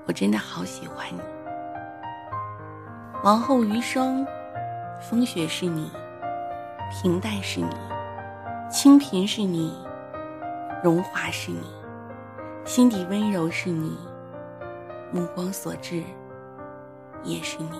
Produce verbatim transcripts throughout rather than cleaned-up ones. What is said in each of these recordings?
我真的好喜欢你。往后余生，风雪是你，平淡是你，清贫是你，荣华是你，心底温柔是你，目光所至也是你。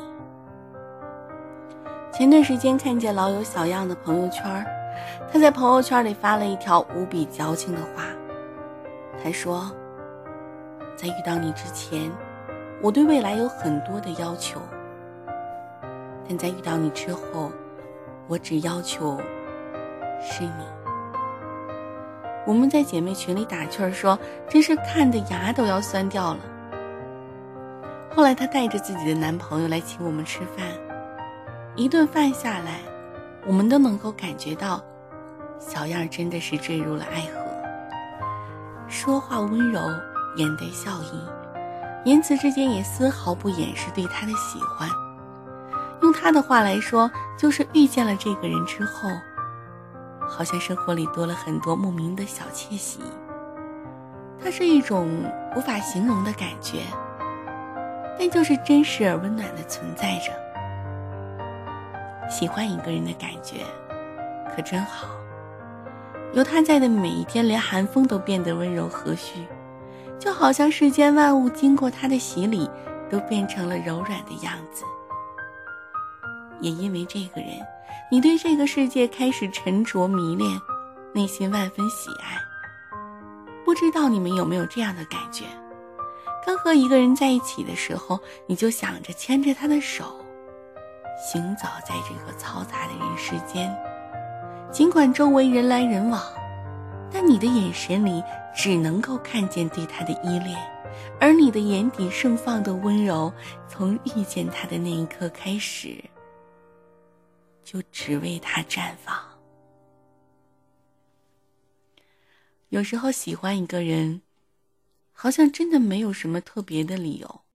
前段时间看见老友小样的朋友圈，他在朋友圈里发了一条无比矫情的话。他说，在遇到你之前，我对未来有很多的要求，但在遇到你之后，我只要求是你。我们在姐妹群里打趣说，真是看得牙都要酸掉了。后来她带着自己的男朋友来请我们吃饭，一顿饭下来，我们都能够感觉到小样真的是坠入了爱河，说话温柔，眼带笑意，言辞之间也丝毫不掩饰对他的喜欢。用他的话来说，就是遇见了这个人之后，好像生活里多了很多莫名的小窃喜。它是一种无法形容的感觉，但就是真实而温暖的存在着。喜欢一个人的感觉可真好，有他在的每一天，连寒风都变得温柔和煦，就好像世间万物经过他的洗礼，都变成了柔软的样子。也因为这个人，你对这个世界开始沉着迷恋，内心万分喜爱。不知道你们有没有这样的感觉，刚和一个人在一起的时候，你就想着牵着他的手，行走在这个嘈杂的人世间，尽管周围人来人往，但你的眼神里只能够看见对他的依恋，而你的眼底盛放的温柔，从遇见他的那一刻开始，就只为他绽放。有时候喜欢一个人，好像真的没有什么特别的理由，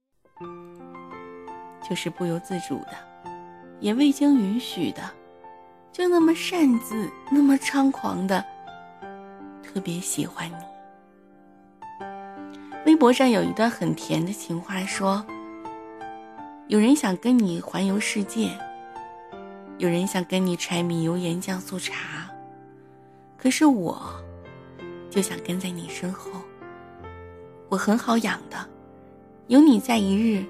就是不由自主的，也未经允许的，就那么擅自，那么猖狂的特别喜欢你。微博上有一段很甜的情话说，有人想跟你环游世界，有人想跟你柴米油盐酱醋茶，可是我就想跟在你身后。我很好养的，有你在一日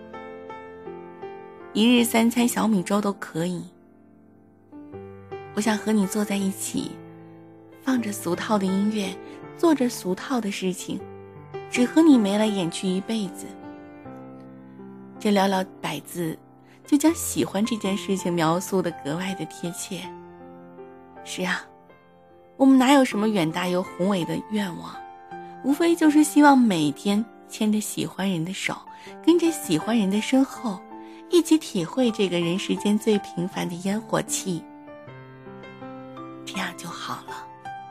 一日三餐小米粥都可以。我想和你坐在一起，放着俗套的音乐，做着俗套的事情，只和你眉来眼去一辈子。这寥寥百字就将喜欢这件事情描述得格外的贴切。是啊，我们哪有什么远大又宏伟的愿望，无非就是希望每天牵着喜欢人的手，跟着喜欢人的身后，一起体会这个人世间最平凡的烟火气，这样就好了。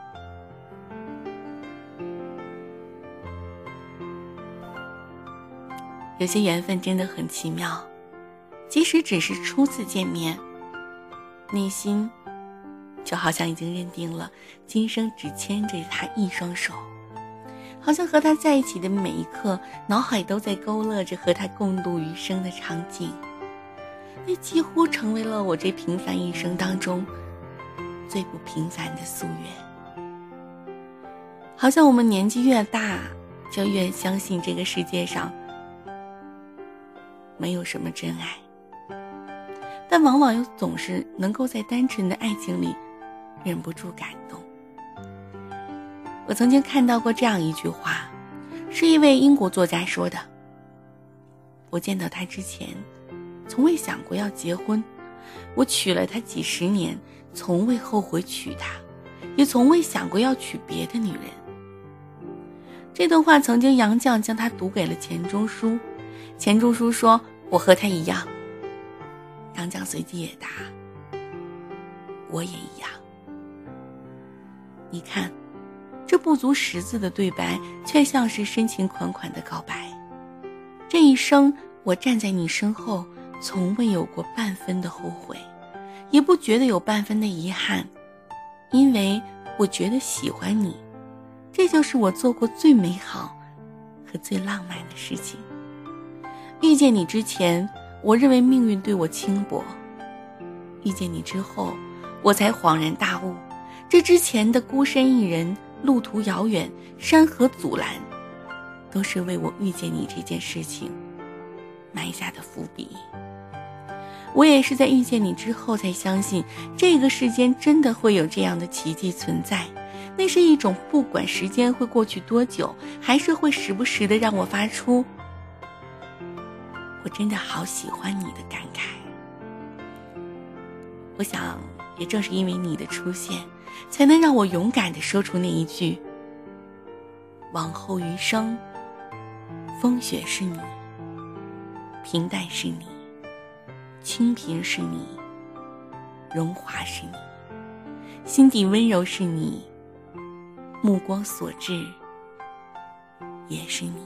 有些缘分真的很奇妙，即使只是初次见面，内心就好像已经认定了今生只牵着他一双手，好像和他在一起的每一刻，脑海都在勾勒着和他共度余生的场景。那几乎成为了我这平凡一生当中最不平凡的夙愿。好像我们年纪越大，就越相信这个世界上没有什么真爱，但往往又总是能够在单纯的爱情里忍不住感动。我曾经看到过这样一句话，是一位英国作家说的，我见到他之前从未想过要结婚，我娶了她几十年，从未后悔娶她，也从未想过要娶别的女人。这段话曾经杨绛将他读给了钱钟书，钱钟书说，我和他一样。杨绛随即也答，我也一样。你看，这不足十字的对白，却像是深情款款的告白。这一生，我站在你身后，从未有过半分的后悔，也不觉得有半分的遗憾，因为我觉得喜欢你，这就是我做过最美好和最浪漫的事情。 遇见你之前，我认为命运对我轻薄；遇见你之后，我才恍然大悟，这之前的孤身一人，路途遥远，山河阻拦，都是为我遇见你这件事情埋下的伏笔。我也是在遇见你之后才相信，这个世间真的会有这样的奇迹存在。那是一种不管时间会过去多久，还是会时不时的让我发出我真的好喜欢你的感慨。我想也正是因为你的出现，才能让我勇敢地说出那一句：往后余生，风雪是你，平淡是你，清贫是你，荣华是你，心底温柔是你，目光所至也是你。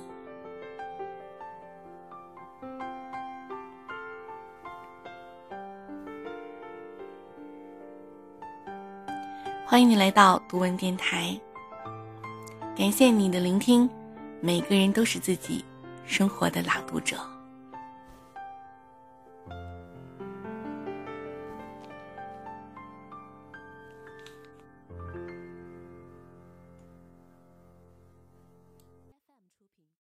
欢迎你来到读文电台，感谢你的聆听。每个人都是自己生活的朗读者。